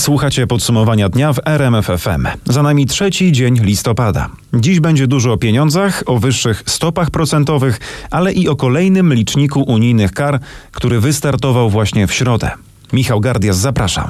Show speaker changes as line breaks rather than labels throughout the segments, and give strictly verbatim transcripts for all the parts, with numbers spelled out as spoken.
Słuchacie podsumowania dnia w R M F F M. Za nami trzeci dzień listopada. Dziś będzie dużo o pieniądzach, o wyższych stopach procentowych, ale i o kolejnym liczniku unijnych kar, który wystartował właśnie w środę. Michał Gardias, zapraszam.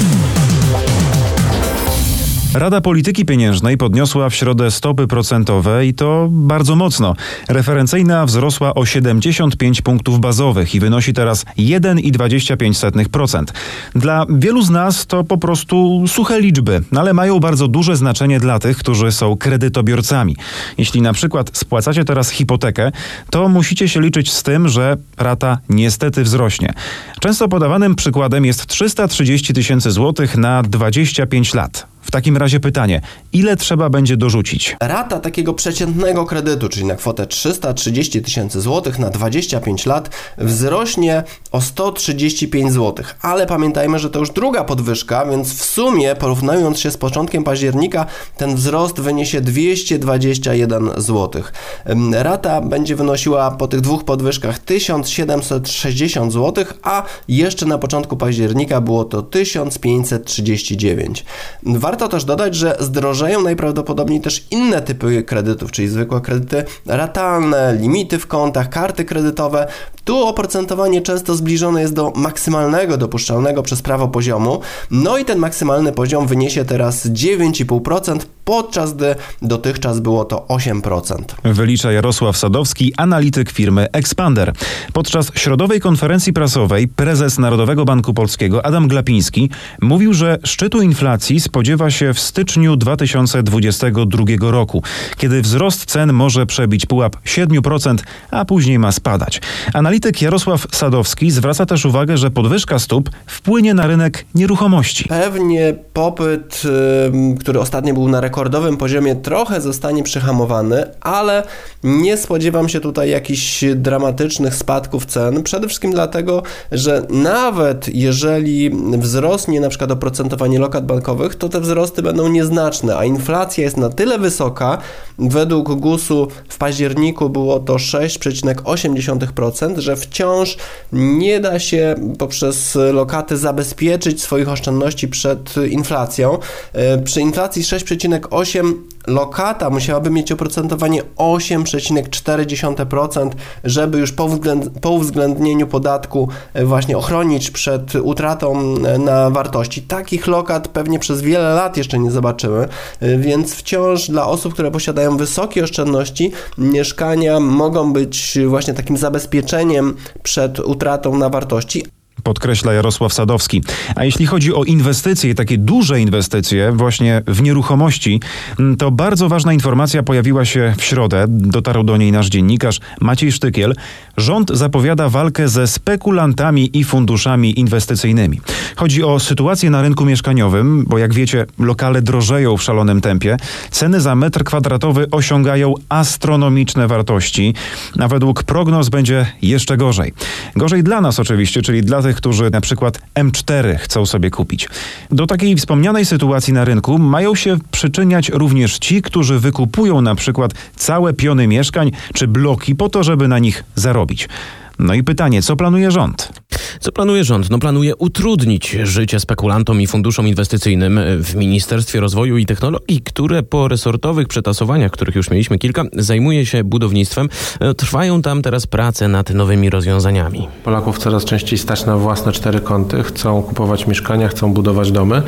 Rada Polityki Pieniężnej podniosła w środę stopy procentowe i to bardzo mocno. Referencyjna wzrosła o siedemdziesiąt pięć punktów bazowych i wynosi teraz jeden przecinek dwadzieścia pięć procent. Dla wielu z nas to po prostu suche liczby, ale mają bardzo duże znaczenie dla tych, którzy są kredytobiorcami. Jeśli na przykład spłacacie teraz hipotekę, to musicie się liczyć z tym, że rata niestety wzrośnie. Często podawanym przykładem jest trzysta trzydzieści tysięcy złotych na dwadzieścia pięć lat. W takim razie pytanie, ile trzeba będzie dorzucić?
Rata takiego przeciętnego kredytu, czyli na kwotę trzysta trzydzieści tysięcy złotych na dwadzieścia pięć lat, wzrośnie o sto trzydzieści pięć złotych. Ale pamiętajmy, że to już druga podwyżka, więc w sumie, porównując się z początkiem października, ten wzrost wyniesie dwieście dwadzieścia jeden złotych. Rata będzie wynosiła po tych dwóch podwyżkach tysiąc siedemset sześćdziesiąt złotych, a jeszcze na początku października było to tysiąc pięćset trzydzieści dziewięć. Warto też dodać, że zdrożeją najprawdopodobniej też inne typy kredytów, czyli zwykłe kredyty ratalne, limity w kontach, karty kredytowe. Tu oprocentowanie często zbliżone jest do maksymalnego dopuszczalnego przez prawo poziomu. No i ten maksymalny poziom wyniesie teraz dziewięć przecinek pięć procent, podczas gdy dotychczas było to osiem procent.
Wylicza Jarosław Sadowski, analityk firmy Expander. Podczas środowej konferencji prasowej prezes Narodowego Banku Polskiego Adam Glapiński mówił, że szczytu inflacji spodziewa się w styczniu dwa tysiące dwudziestego drugiego roku, kiedy wzrost cen może przebić pułap siedem procent, a później ma spadać. Analityk Jarosław Sadowski zwraca też uwagę, że podwyżka stóp wpłynie na rynek nieruchomości.
Pewnie popyt, yy, który ostatnio był na rekordowym poziomie, trochę zostanie przyhamowany, ale nie spodziewam się tutaj jakichś dramatycznych spadków cen. Przede wszystkim dlatego, że nawet jeżeli wzrośnie na przykład oprocentowanie lokat bankowych, to te wzrosty będą nieznaczne, a inflacja jest na tyle wysoka, według gusu w październiku było to sześć przecinek osiem procent, że wciąż nie da się poprzez lokaty zabezpieczyć swoich oszczędności przed inflacją. Przy inflacji sześć przecinek osiem procent lokata musiałaby mieć oprocentowanie osiem przecinek cztery procent, żeby już po, względ, po uwzględnieniu podatku właśnie ochronić przed utratą na wartości. Takich lokat pewnie przez wiele lat jeszcze nie zobaczymy, więc wciąż dla osób, które posiadają wysokie oszczędności, mieszkania mogą być właśnie takim zabezpieczeniem przed utratą na wartości.
Podkreśla Jarosław Sadowski. A jeśli chodzi o inwestycje, takie duże inwestycje właśnie w nieruchomości, to bardzo ważna informacja pojawiła się w środę. Dotarł do niej nasz dziennikarz Maciej Sztykiel. Rząd zapowiada walkę ze spekulantami i funduszami inwestycyjnymi. Chodzi o sytuację na rynku mieszkaniowym, bo jak wiecie, lokale drożeją w szalonym tempie. Ceny za metr kwadratowy osiągają astronomiczne wartości, a według prognoz będzie jeszcze gorzej. Gorzej dla nas oczywiście, czyli dla tych, którzy na przykład M cztery chcą sobie kupić. Do takiej wspomnianej sytuacji na rynku mają się przyczyniać również ci, którzy wykupują na przykład całe piony mieszkań czy bloki po to, żeby na nich zarobić. No i pytanie, co planuje rząd?
Co planuje rząd? No planuje utrudnić życie spekulantom i funduszom inwestycyjnym w Ministerstwie Rozwoju i Technologii, które po resortowych przetasowaniach, których już mieliśmy kilka, zajmuje się budownictwem. Trwają tam teraz prace nad nowymi rozwiązaniami.
Polaków coraz częściej stać na własne cztery kąty, chcą kupować mieszkania, chcą budować domy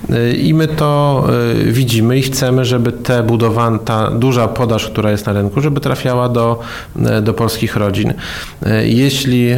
i my to widzimy i chcemy, żeby te budowane, ta duża podaż, która jest na rynku, żeby trafiała do, do polskich rodzin. Jeśli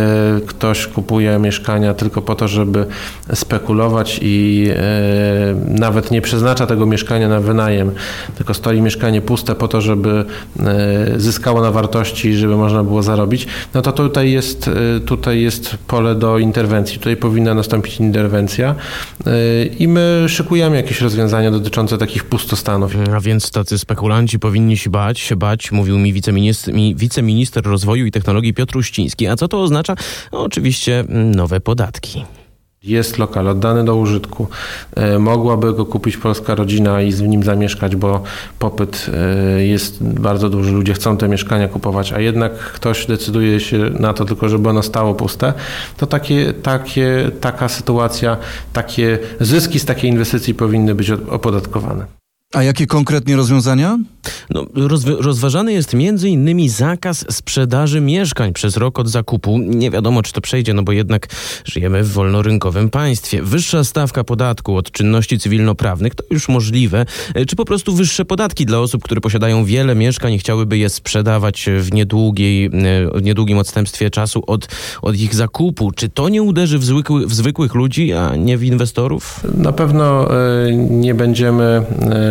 ktoś kupuje mieszkania tylko po to, żeby spekulować i e, nawet nie przeznacza tego mieszkania na wynajem, tylko stoi mieszkanie puste po to, żeby e, zyskało na wartości, żeby można było zarobić, no to tutaj jest, e, tutaj jest pole do interwencji. Tutaj powinna nastąpić interwencja e, i my szykujemy jakieś rozwiązania dotyczące takich pustostanów.
A więc tacy spekulanci powinni się bać, się bać, mówił mi wiceminister, mi wiceminister rozwoju i technologii Piotr Uściński. A co to oznacza? No, oczywiście nowe podatki.
Jest lokal oddany do użytku, mogłaby go kupić polska rodzina i w nim zamieszkać, bo popyt jest bardzo duży, ludzie chcą te mieszkania kupować, a jednak ktoś decyduje się na to tylko, żeby ono stało puste, to takie, takie, taka sytuacja, takie zyski z takiej inwestycji powinny być opodatkowane.
A jakie konkretnie rozwiązania?
No, rozw- rozważany jest między innymi zakaz sprzedaży mieszkań przez rok od zakupu. Nie wiadomo, czy to przejdzie, no bo jednak żyjemy w wolnorynkowym państwie. Wyższa stawka podatku od czynności cywilnoprawnych to już możliwe, czy po prostu wyższe podatki dla osób, które posiadają wiele mieszkań i chciałyby je sprzedawać w, niedługiej, w niedługim odstępstwie czasu od, od ich zakupu. Czy to nie uderzy w, zwykły, w zwykłych ludzi, a nie w inwestorów?
Na pewno nie będziemy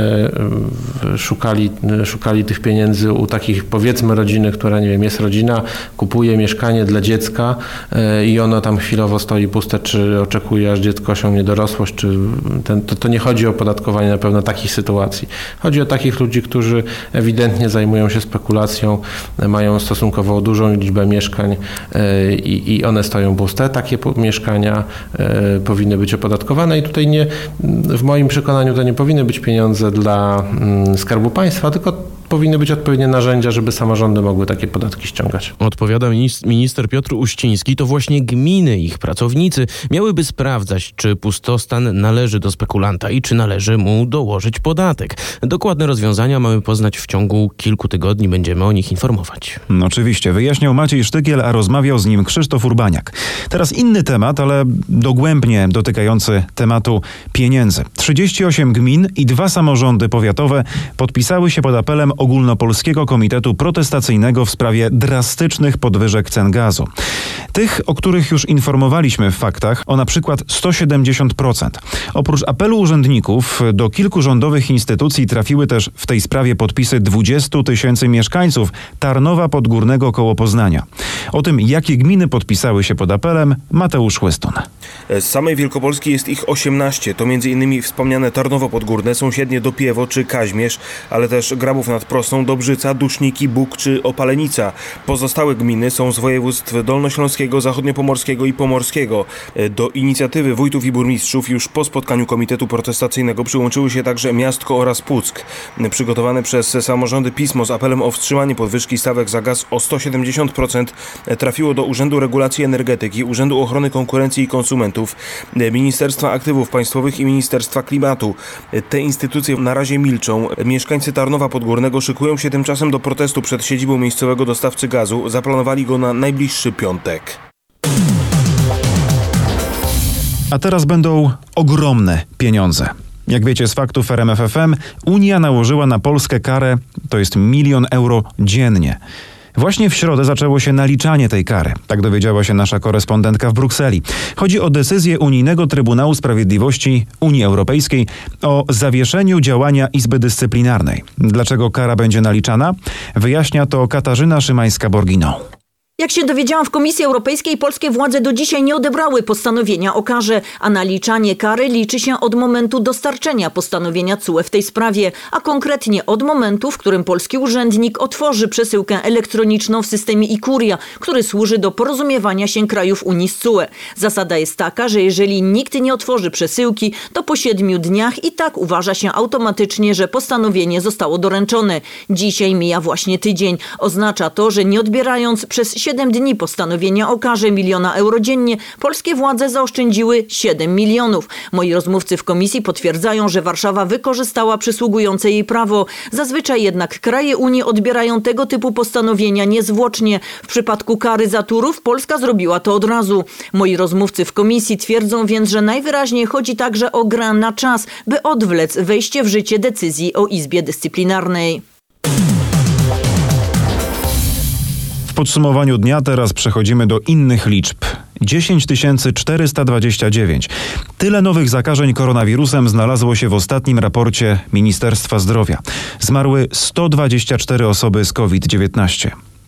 szukali, szukali tych pieniędzy u takich, powiedzmy, rodziny, która, nie wiem, jest rodzina, kupuje mieszkanie dla dziecka i ono tam chwilowo stoi puste, czy oczekuje, aż dziecko osiągnie dorosłość, czy ten, to, to nie chodzi o opodatkowanie na pewno takich sytuacji. Chodzi o takich ludzi, którzy ewidentnie zajmują się spekulacją, mają stosunkowo dużą liczbę mieszkań i, i one stoją puste. Takie mieszkania powinny być opodatkowane i tutaj nie, w moim przekonaniu to nie powinny być pieniądze dla Skarbu Państwa, tylko powinny być odpowiednie narzędzia, żeby samorządy mogły takie podatki ściągać.
Odpowiada minister Piotr Uściński. To właśnie gminy, ich pracownicy miałyby sprawdzać, czy pustostan należy do spekulanta i czy należy mu dołożyć podatek. Dokładne rozwiązania mamy poznać w ciągu kilku tygodni. Będziemy o nich informować.
No oczywiście. Wyjaśniał Maciej Sztykiel, a rozmawiał z nim Krzysztof Urbaniak. Teraz inny temat, ale dogłębnie dotykający tematu pieniędzy. trzydzieści osiem gmin i dwa samorządy powiatowe podpisały się pod apelem Ogólnopolskiego Komitetu Protestacyjnego w sprawie drastycznych podwyżek cen gazu. Tych, o których już informowaliśmy w faktach, o na przykład sto siedemdziesiąt procent. Oprócz apelu urzędników do kilku rządowych instytucji trafiły też w tej sprawie podpisy dwudziestu tysięcy mieszkańców Tarnowa Podgórnego koło Poznania. O tym, jakie gminy podpisały się pod apelem, Mateusz Łystun.
Z samej Wielkopolski jest ich osiemnaście. To między innymi wspomniane Tarnowo Podgórne, sąsiednie Dopiewo czy Kaźmierz, ale też Grabów nad Prosą, Dobrzyca, Duszniki, Bóg czy Opalenica. Pozostałe gminy są z województw dolnośląskiego, zachodniopomorskiego i pomorskiego. Do inicjatywy wójtów i burmistrzów już po spotkaniu Komitetu Protestacyjnego przyłączyły się także Miastko oraz Puck. Przygotowane przez samorządy pismo z apelem o wstrzymanie podwyżki stawek za gaz o sto siedemdziesiąt procent trafiło do Urzędu Regulacji Energetyki, Urzędu Ochrony Konkurencji i Konsumentów, Ministerstwa Aktywów Państwowych i Ministerstwa Klimatu. Te instytucje na razie milczą. Mieszkańcy Tarnowa Podgórnego szykują się tymczasem do protestu przed siedzibą miejscowego dostawcy gazu. Zaplanowali go na najbliższy piątek.
A teraz będą ogromne pieniądze. Jak wiecie z faktów R M F F M, Unia nałożyła na Polskę karę, to jest milion euro dziennie. Właśnie w środę zaczęło się naliczanie tej kary. Tak dowiedziała się nasza korespondentka w Brukseli. Chodzi o decyzję Unijnego Trybunału Sprawiedliwości Unii Europejskiej o zawieszeniu działania Izby Dyscyplinarnej. Dlaczego kara będzie naliczana? Wyjaśnia to Katarzyna Szymańska-Borginą.
Jak się dowiedziałam, w Komisji Europejskiej polskie władze do dzisiaj nie odebrały postanowienia o karze, a naliczanie kary liczy się od momentu dostarczenia postanowienia C U E w tej sprawie, a konkretnie od momentu, w którym polski urzędnik otworzy przesyłkę elektroniczną w systemie e-Kuria, który służy do porozumiewania się krajów Unii z C U E. Zasada jest taka, że jeżeli nikt nie otworzy przesyłki, to po siedmiu dniach i tak uważa się automatycznie, że postanowienie zostało doręczone. Dzisiaj mija właśnie tydzień. Oznacza to, że nie odbierając przez siedem dni postanowienia o karze miliona euro dziennie, polskie władze zaoszczędziły siedem milionów. Moi rozmówcy w komisji potwierdzają, że Warszawa wykorzystała przysługujące jej prawo. Zazwyczaj jednak kraje Unii odbierają tego typu postanowienia niezwłocznie. W przypadku kary za Turów Polska zrobiła to od razu. Moi rozmówcy w komisji twierdzą więc, że najwyraźniej chodzi także o grę na czas, by odwlec wejście w życie decyzji o Izbie Dyscyplinarnej.
W podsumowaniu dnia teraz przechodzimy do innych liczb. dziesięć tysięcy czterysta dwadzieścia dziewięć. Tyle nowych zakażeń koronawirusem znalazło się w ostatnim raporcie Ministerstwa Zdrowia. Zmarły sto dwadzieścia cztery osoby z kowid dziewiętnaście.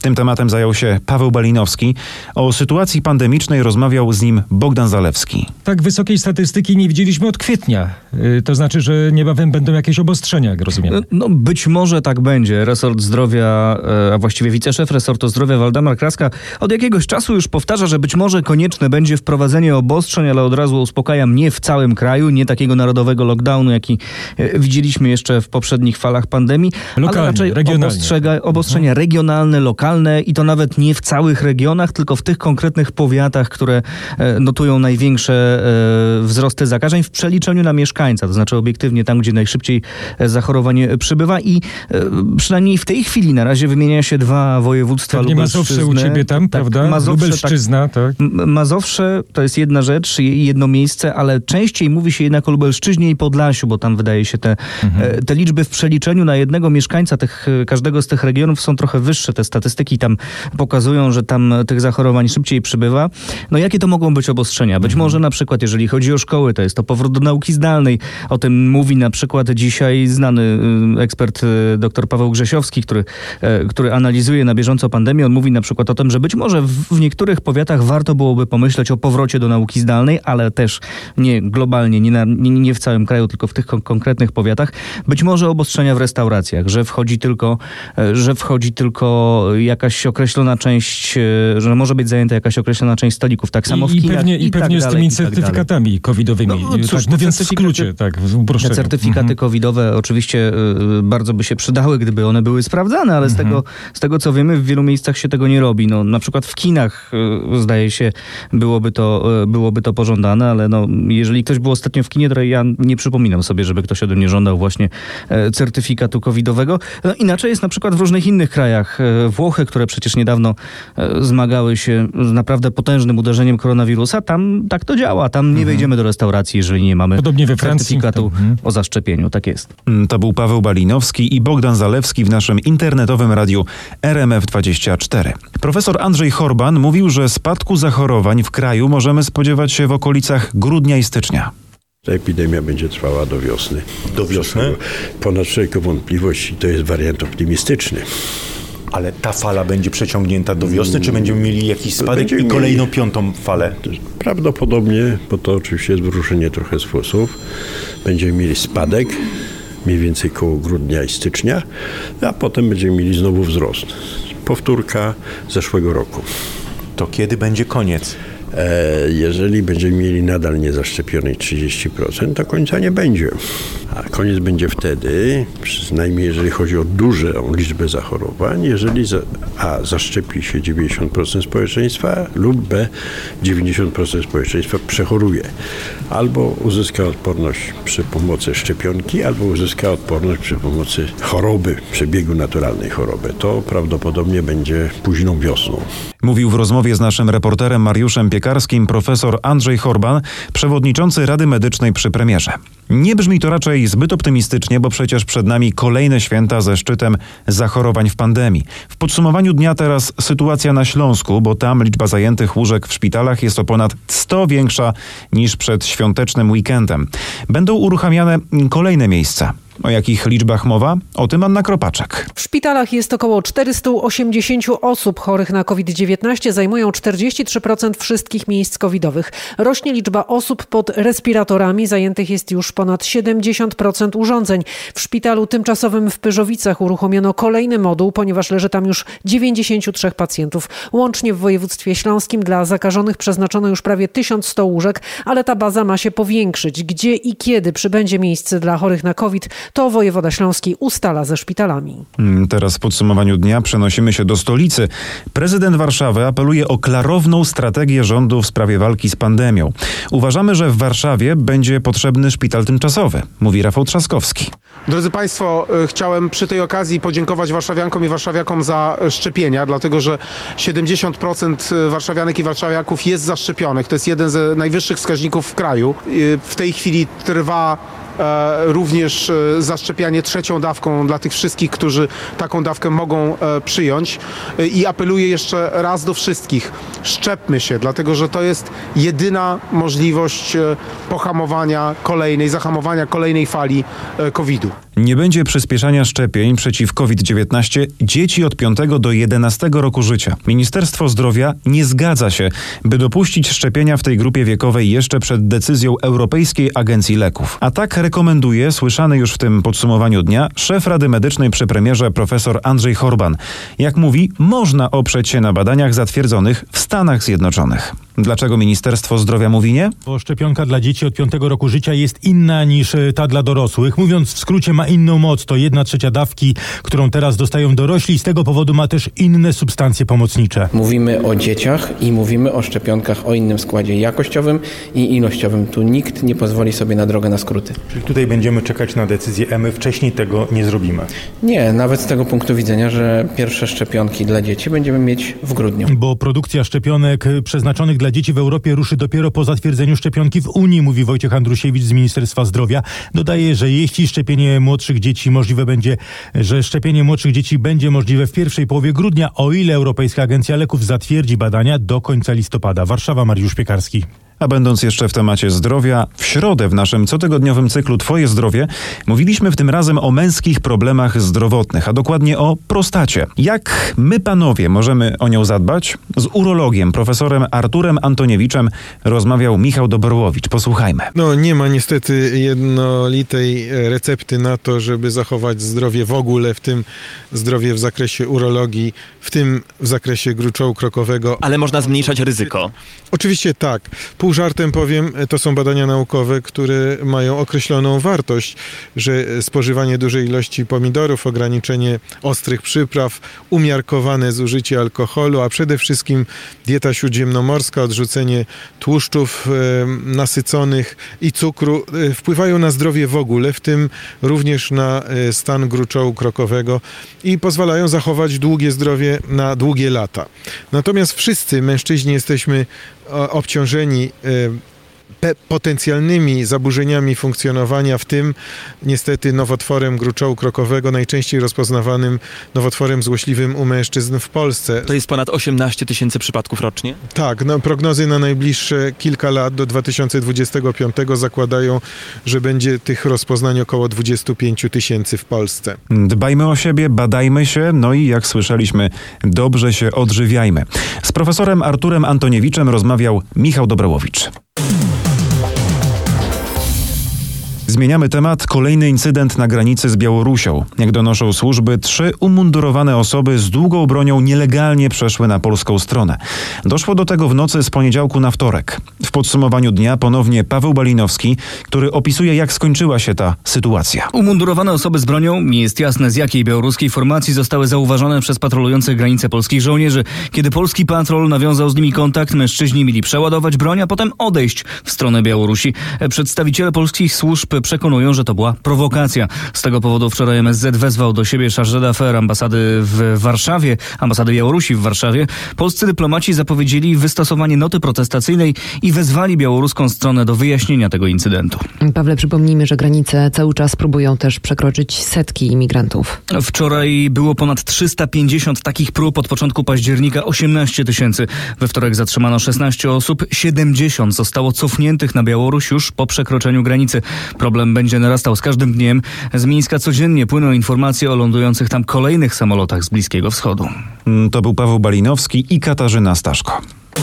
Tym tematem zajął się Paweł Balinowski. O sytuacji pandemicznej rozmawiał z nim Bogdan Zalewski.
Tak wysokiej statystyki nie widzieliśmy od kwietnia. Yy, to znaczy, że niebawem będą jakieś obostrzenia, jak rozumiem.
No być może tak będzie. Resort Zdrowia, a właściwie wiceszef resortu zdrowia Waldemar Kraska od jakiegoś czasu już powtarza, że być może konieczne będzie wprowadzenie obostrzeń, ale od razu uspokajam, nie w całym kraju, nie takiego narodowego lockdownu, jaki widzieliśmy jeszcze w poprzednich falach pandemii,
Lokalnie,
ale raczej obostrzega, obostrzenia mhm. regionalne, lokalne i to nawet nie w całych regionach, tylko w tych konkretnych powiatach, które notują największe wzrosty zakażeń w przeliczeniu na mieszkańca, to znaczy obiektywnie tam, gdzie najszybciej zachorowanie przybywa i przynajmniej w tej chwili na razie wymienia się dwa województwa.
Pewnie Mazowsze u ciebie tam, tak, prawda?
Mazowsze,
Lubelszczyzna, tak.
tak. Mazowsze to jest jedna rzecz, jedno miejsce, ale częściej mówi się jednak o Lubelszczyźnie i Podlasiu, bo tam wydaje się te, mhm. te liczby w przeliczeniu na jednego mieszkańca tych, każdego z tych regionów są trochę wyższe. Te statystyki tam pokazują, że tam tych zachorowań szybciej przybywa. No jakie to mogą być obostrzenia? Być mhm. może na przykład, jeżeli chodzi o szkoły, to jest to powrót do nauki zdalnej. O tym mówi na przykład dzisiaj znany ekspert dr Paweł Grzesiowski, który, który analizuje na bieżąco pandemię. On mówi na przykład o tym, że być może w niektórych powiatach warto byłoby pomyśleć o powrocie do nauki zdalnej, ale też nie globalnie, nie, na, nie, nie w całym kraju, tylko w tych kon- konkretnych powiatach. Być może obostrzenia w restauracjach, że wchodzi tylko, że wchodzi tylko jakaś określona część, że może być zajęta jakaś określona część stolików. Tak samo w
I
kinach
pewnie,
i,
i pewnie
tak
z tymi
dalej,
certyfikatami covidowymi.
No, no, cóż,
tak mówiąc w skrócie, tak, w uproszczeniu.
Certyfikaty mhm. covidowe oczywiście y, bardzo by się przydały, gdyby one były sprawdzane, ale mhm. z, tego, z tego co wiemy, w wielu miejscach się tego nie robi. No, na przykład w kinach y, zdaje się byłoby to, y, byłoby to pożądane, ale no, jeżeli ktoś był ostatnio w kinie, to ja nie przypominam sobie, żeby ktoś ode mnie żądał właśnie y, certyfikatu covidowego. No, inaczej jest na przykład w różnych innych krajach. Y, Włochy, które przecież niedawno y, zmagały się z naprawdę potężnym uderzeniem koronawirusa, tam tak to działa. Tam nie mhm. wejdziemy do restauracji, jeżeli nie mamy
Podobnie we Francji,
certyfikatu
mhm.
o zaszczepieniu. Tak jest.
To był Paweł Balinowski i Bogdan Zalewski w naszym internetowym radiu R M F dwadzieścia cztery. Profesor Andrzej Horban mówił, że spadku zachorowań w kraju możemy spodziewać się w okolicach grudnia i stycznia.
Ta epidemia będzie trwała do wiosny.
Do wiosny?
Ponad wszelką wątpliwość i to jest wariant optymistyczny.
Ale ta fala będzie przeciągnięta do wiosny, czy będziemy mieli jakiś spadek będziemy i kolejną mieli... piątą falę?
Prawdopodobnie, bo to oczywiście jest wróżenie trochę z włosów, będziemy mieli spadek, mniej więcej koło grudnia i stycznia, a potem będziemy mieli znowu wzrost. Powtórka zeszłego roku.
To kiedy będzie koniec?
Jeżeli będziemy mieli nadal niezaszczepionych trzydzieści procent, to końca nie będzie. A koniec będzie wtedy, przynajmniej jeżeli chodzi o dużą liczbę zachorowań, jeżeli za, a zaszczepi się dziewięćdziesiąt procent społeczeństwa lub b dziewięćdziesiąt procent społeczeństwa przechoruje. Albo uzyska odporność przy pomocy szczepionki, albo uzyska odporność przy pomocy choroby, przebiegu naturalnej choroby. To prawdopodobnie będzie późną wiosną.
Mówił w rozmowie z naszym reporterem Mariuszem Piekarskim profesor Andrzej Horban, przewodniczący Rady Medycznej przy premierze. Nie brzmi to raczej zbyt optymistycznie, bo przecież przed nami kolejne święta ze szczytem zachorowań w pandemii. W podsumowaniu dnia teraz sytuacja na Śląsku, bo tam liczba zajętych łóżek w szpitalach jest o ponad sto większa niż przed świątecznym weekendem. Będą uruchamiane kolejne miejsca. O jakich liczbach mowa? O tym Anna Kropaczek.
W szpitalach jest około czterysta osiemdziesiąt osób chorych na COVID dziewiętnaście, zajmują czterdzieści trzy procent wszystkich miejsc covidowych. Rośnie liczba osób pod respiratorami, zajętych jest już ponad siedemdziesiąt procent urządzeń. W szpitalu tymczasowym w Pyrzowicach uruchomiono kolejny moduł, ponieważ leży tam już dziewięćdziesięciu trzech pacjentów. Łącznie w województwie śląskim dla zakażonych przeznaczono już prawie tysiąc sto łóżek, ale ta baza ma się powiększyć. Gdzie i kiedy przybędzie miejsce dla chorych na COVID, to wojewoda śląski ustala ze szpitalami.
Teraz w podsumowaniu dnia przenosimy się do stolicy. Prezydent Warszawy apeluje o klarowną strategię rządu w sprawie walki z pandemią. Uważamy, że w Warszawie będzie potrzebny szpital tymczasowy, mówi Rafał Trzaskowski.
Drodzy Państwo, chciałem przy tej okazji podziękować warszawiankom i warszawiakom za szczepienia, dlatego że siedemdziesiąt procent warszawianek i warszawiaków jest zaszczepionych. To jest jeden z najwyższych wskaźników w kraju. W tej chwili trwa również zaszczepianie trzecią dawką dla tych wszystkich, którzy taką dawkę mogą przyjąć. I apeluję jeszcze raz do wszystkich, szczepmy się, dlatego że to jest jedyna możliwość pohamowania kolejnej, zahamowania kolejnej fali kowida.
Nie będzie przyspieszania szczepień przeciw COVID dziewiętnaście dzieci od piątego do jedenastego roku życia. Ministerstwo Zdrowia nie zgadza się, by dopuścić szczepienia w tej grupie wiekowej jeszcze przed decyzją Europejskiej Agencji Leków. A tak rekomenduje słyszany już w tym podsumowaniu dnia szef Rady Medycznej przy premierze profesor Andrzej Horban. Jak mówi, można oprzeć się na badaniach zatwierdzonych w Stanach Zjednoczonych. Dlaczego Ministerstwo Zdrowia mówi nie?
Bo szczepionka dla dzieci od piątego roku życia jest inna niż ta dla dorosłych. Mówiąc w skrócie, ma inną moc. To jedna trzecia dawki, którą teraz dostają dorośli i z tego powodu ma też inne substancje pomocnicze.
Mówimy o dzieciach i mówimy o szczepionkach o innym składzie jakościowym i ilościowym. Tu nikt nie pozwoli sobie na drogę na skróty.
Czyli tutaj będziemy czekać na decyzję E M Y, wcześniej tego nie zrobimy.
Nie, nawet z tego punktu widzenia, że pierwsze szczepionki dla dzieci będziemy mieć w grudniu.
Bo produkcja szczepionek przeznaczonych dla dzieci w Europie ruszy dopiero po zatwierdzeniu szczepionki w Unii, mówi Wojciech Andrusiewicz z Ministerstwa Zdrowia. Dodaje, że jeśli szczepienie młodszych dzieci możliwe będzie, że szczepienie młodszych dzieci będzie możliwe w pierwszej połowie grudnia, o ile Europejska Agencja Leków zatwierdzi badania do końca listopada. Warszawa, Mariusz Piekarski.
A będąc jeszcze w temacie zdrowia, w środę w naszym cotygodniowym cyklu Twoje zdrowie mówiliśmy w tym razem o męskich problemach zdrowotnych, a dokładnie o prostacie. Jak my panowie możemy o nią zadbać? Z urologiem, profesorem Arturem Antoniewiczem rozmawiał Michał Dobrowowicz. Posłuchajmy.
No nie ma niestety jednolitej recepty na to, żeby zachować zdrowie w ogóle, w tym zdrowie w zakresie urologii, w tym w zakresie gruczołu krokowego.
Ale można zmniejszać ryzyko.
Oczywiście tak. Pół żartem powiem, to są badania naukowe, które mają określoną wartość, że spożywanie dużej ilości pomidorów, ograniczenie ostrych przypraw, umiarkowane zużycie alkoholu, a przede wszystkim dieta śródziemnomorska, odrzucenie tłuszczów e, nasyconych i cukru e, wpływają na zdrowie w ogóle, w tym również na e, stan gruczołu krokowego i pozwalają zachować długie zdrowie na długie lata. Natomiast wszyscy mężczyźni jesteśmy obciążeni potencjalnymi zaburzeniami funkcjonowania, w tym niestety nowotworem gruczołu krokowego, najczęściej rozpoznawanym nowotworem złośliwym u mężczyzn w Polsce.
To jest ponad osiemnaście tysięcy przypadków rocznie?
Tak, no, prognozy na najbliższe kilka lat do dwa tysiące dwudziestego piątego zakładają, że będzie tych rozpoznań około dwadzieścia pięć tysięcy w Polsce.
Dbajmy o siebie, badajmy się, no i jak słyszeliśmy, dobrze się odżywiajmy. Z profesorem Arturem Antoniewiczem rozmawiał Michał Dobrowowicz. Zmieniamy temat. Kolejny incydent na granicy z Białorusią. Jak donoszą służby, trzy umundurowane osoby z długą bronią nielegalnie przeszły na polską stronę. Doszło do tego w nocy z poniedziałku na wtorek. W podsumowaniu dnia ponownie Paweł Balinowski, który opisuje, jak skończyła się ta sytuacja.
Umundurowane osoby z bronią, nie jest jasne z jakiej białoruskiej formacji, zostały zauważone przez patrolujących granice polskich żołnierzy. Kiedy polski patrol nawiązał z nimi kontakt, mężczyźni mieli przeładować broń, a potem odejść w stronę Białorusi. Przedstawiciele polskich służb przekonują, że to była prowokacja. Z tego powodu wczoraj M S Z wezwał do siebie chargé d'affaires ambasady w Warszawie, ambasady Białorusi w Warszawie. Polscy dyplomaci zapowiedzieli wystosowanie noty protestacyjnej i wezwali białoruską stronę do wyjaśnienia tego incydentu.
Pawle, przypomnijmy, że granice cały czas próbują też przekroczyć setki imigrantów.
Wczoraj było ponad trzysta pięćdziesiąt takich prób, od początku października osiemnaście tysięcy. We wtorek zatrzymano szesnaście osób, siedemdziesiąt zostało cofniętych na Białoruś już po przekroczeniu granicy. Problem będzie narastał z każdym dniem. Z Mińska codziennie płyną informacje o lądujących tam kolejnych samolotach z Bliskiego Wschodu.
To był Paweł Balinowski i Katarzyna Staszko.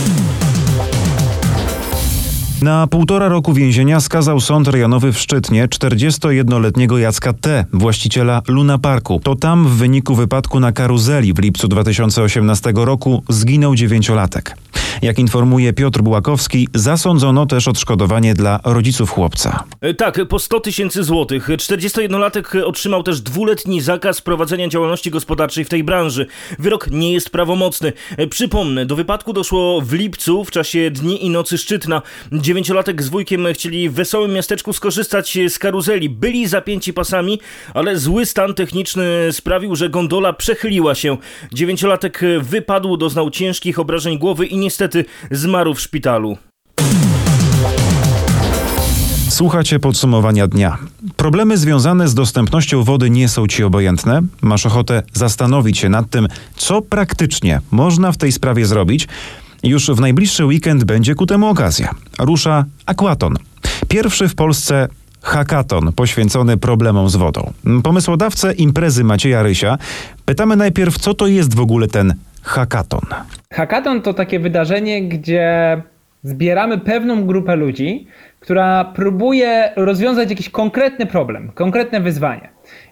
Na półtora roku więzienia skazał sąd rejonowy w Szczytnie czterdziestojednoletniego Jacka T., właściciela Luna Parku. To tam w wyniku wypadku na karuzeli w lipcu dwa tysiące osiemnastego roku zginął dziewięciolatek. Jak informuje Piotr Bułakowski, zasądzono też odszkodowanie dla rodziców chłopca.
Tak, po sto tysięcy złotych. czterdziestojednolatek otrzymał też dwuletni zakaz prowadzenia działalności gospodarczej w tej branży. Wyrok nie jest prawomocny. Przypomnę, do wypadku doszło w lipcu w czasie Dni i Nocy Szczytna. Dziewięciolatek z wujkiem chcieli w wesołym miasteczku skorzystać z karuzeli. Byli zapięci pasami, ale zły stan techniczny sprawił, że gondola przechyliła się. Dziewięciolatek wypadł, doznał ciężkich obrażeń głowy i niestety zmarł w szpitalu.
Słuchacie podsumowania dnia. Problemy związane z dostępnością wody nie są ci obojętne? Masz ochotę zastanowić się nad tym, co praktycznie można w tej sprawie zrobić? Już w najbliższy weekend będzie ku temu okazja. Rusza Aquaton. Pierwszy w Polsce hackathon poświęcony problemom z wodą. Pomysłodawcę imprezy Macieja Rysia pytamy najpierw, co to jest w ogóle ten hackathon.
Hackathon to takie wydarzenie, gdzie zbieramy pewną grupę ludzi, która próbuje rozwiązać jakiś konkretny problem, konkretne wyzwanie.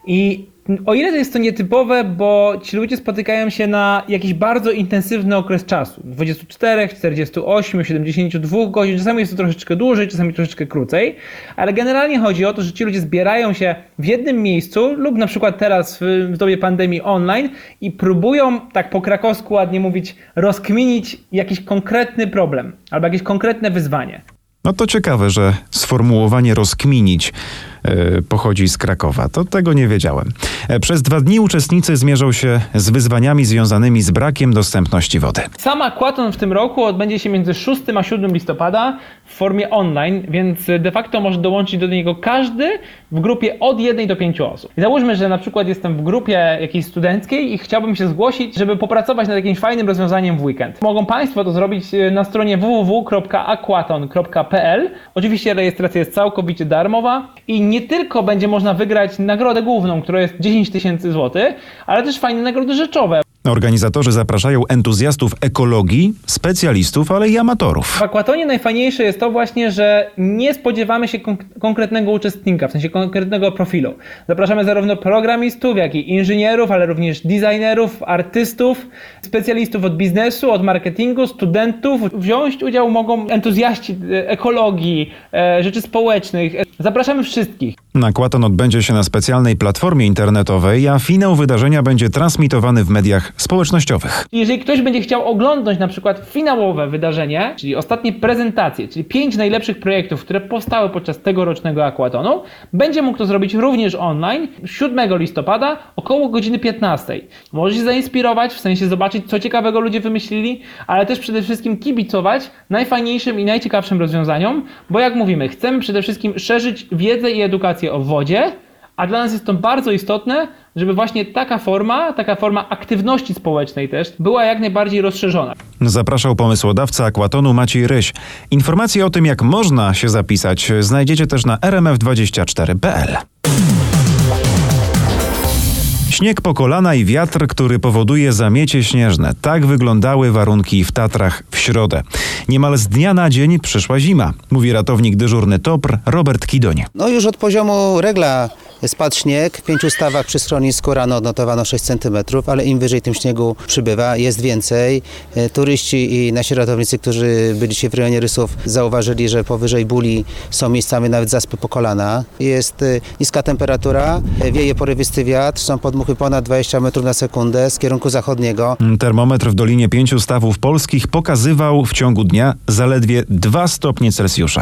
I o ile to jest to nietypowe, bo ci ludzie spotykają się na jakiś bardzo intensywny okres czasu. dwadzieścia cztery, czterdzieści osiem, siedemdziesiąt dwa godzin, czasami jest to troszeczkę dłużej, czasami troszeczkę krócej, ale generalnie chodzi o to, że ci ludzie zbierają się w jednym miejscu lub na przykład teraz w, w dobie pandemii online i próbują, tak po krakowsku ładnie mówić, rozkminić jakiś konkretny problem albo jakieś konkretne wyzwanie.
No to ciekawe, że sformułowanie rozkminić yy, pochodzi z Krakowa. To tego nie wiedziałem. Przez dwa dni uczestnicy zmierzą się z wyzwaniami związanymi z brakiem dostępności wody.
Sam Aquathon w tym roku odbędzie się między szóstym a siódmym listopada w formie online, więc de facto może dołączyć do niego każdy w grupie od jednej do pięciu osób. I załóżmy, że na przykład jestem w grupie jakiejś studenckiej i chciałbym się zgłosić, żeby popracować nad jakimś fajnym rozwiązaniem w weekend. Mogą Państwo to zrobić na stronie w w w kropka aquathon kropka p l. Oczywiście rejestracja jest całkowicie darmowa i nie tylko będzie można wygrać nagrodę główną, która jest dziesięć tysięcy złotych, ale też fajne nagrody rzeczowe.
Organizatorzy zapraszają entuzjastów ekologii, specjalistów, ale i amatorów.
W Aquathonie najfajniejsze jest to właśnie, że nie spodziewamy się konk- konkretnego uczestnika, w sensie konkretnego profilu. Zapraszamy zarówno programistów, jak i inżynierów, ale również designerów, artystów, specjalistów od biznesu, od marketingu, studentów. Wziąć udział mogą entuzjaści ekologii, e, rzeczy społecznych. Zapraszamy wszystkich.
Aquathon odbędzie się na specjalnej platformie internetowej, a finał wydarzenia będzie transmitowany w mediach społecznościowych.
Jeżeli ktoś będzie chciał oglądać na przykład finałowe wydarzenie, czyli ostatnie prezentacje, czyli pięć najlepszych projektów, które powstały podczas tegorocznego Aquathonu, będzie mógł to zrobić również online siódmego listopada około godziny piętnastej. Może się zainspirować, w sensie zobaczyć, co ciekawego ludzie wymyślili, ale też przede wszystkim kibicować najfajniejszym i najciekawszym rozwiązaniom, bo jak mówimy, chcemy przede wszystkim szerzyć wiedzę i edukację o wodzie, a dla nas jest to bardzo istotne, żeby właśnie taka forma, taka forma aktywności społecznej też była jak najbardziej rozszerzona.
Zapraszał pomysłodawca Aquathonu Maciej Ryś. Informacje o tym, jak można się zapisać, znajdziecie też na r m f dwadzieścia cztery kropka p l. Śnieg po kolana i wiatr, który powoduje zamiecie śnieżne. Tak wyglądały warunki w Tatrach w środę. Niemal z dnia na dzień przyszła zima, mówi ratownik dyżurny T O P R Robert Kidoń.
No już od poziomu regla spadł śnieg. W pięciu stawach przy schronisku rano odnotowano sześć centymetrów, ale im wyżej tym śniegu przybywa, jest więcej. Turyści i nasi ratownicy, którzy byli dzisiaj w rejonie Rysów, zauważyli, że powyżej Buli są miejscami nawet zaspy po kolana. Jest niska temperatura, wieje porywisty wiatr, są podmuchy ponad dwadzieścia metrów na sekundę z kierunku zachodniego.
Termometr w Dolinie Pięciu Stawów Polskich pokazywał w ciągu dnia zaledwie dwa stopnie Celsjusza.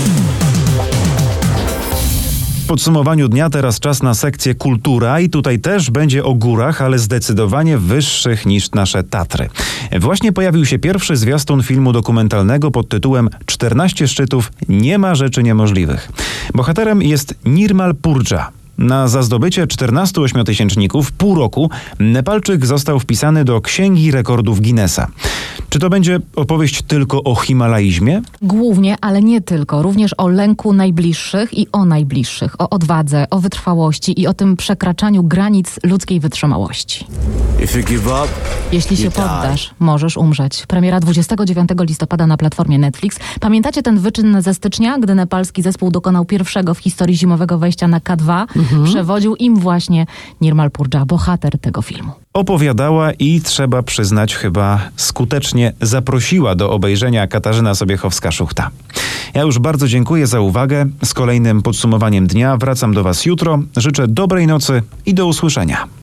W podsumowaniu dnia teraz czas na sekcję kultura i tutaj też będzie o górach, ale zdecydowanie wyższych niż nasze Tatry. Właśnie pojawił się pierwszy zwiastun filmu dokumentalnego pod tytułem czternaście szczytów, nie ma rzeczy niemożliwych. Bohaterem jest Nirmal Purdża. Na za zdobycie czternastu ośmiotysięczników pół roku Nepalczyk został wpisany do Księgi Rekordów Guinnessa. Czy to będzie opowieść tylko o himalaizmie?
Głównie, ale nie tylko. Również o lęku najbliższych i o najbliższych. O odwadze, o wytrwałości i o tym przekraczaniu granic ludzkiej wytrzymałości. Jeśli się poddasz, możesz umrzeć. Premiera dwudziestego dziewiątego listopada na platformie Netflix. Pamiętacie ten wyczyn ze stycznia, gdy nepalski zespół dokonał pierwszego w historii zimowego wejścia na K dwa? Mhm. Przewodził im właśnie Nirmal Purdża, bohater tego filmu.
Opowiadała i, trzeba przyznać, chyba skutecznie zaprosiła do obejrzenia Katarzyna Sobiechowska-Szuchta. Ja już bardzo dziękuję za uwagę. Z kolejnym podsumowaniem dnia wracam do Was jutro. Życzę dobrej nocy i do usłyszenia.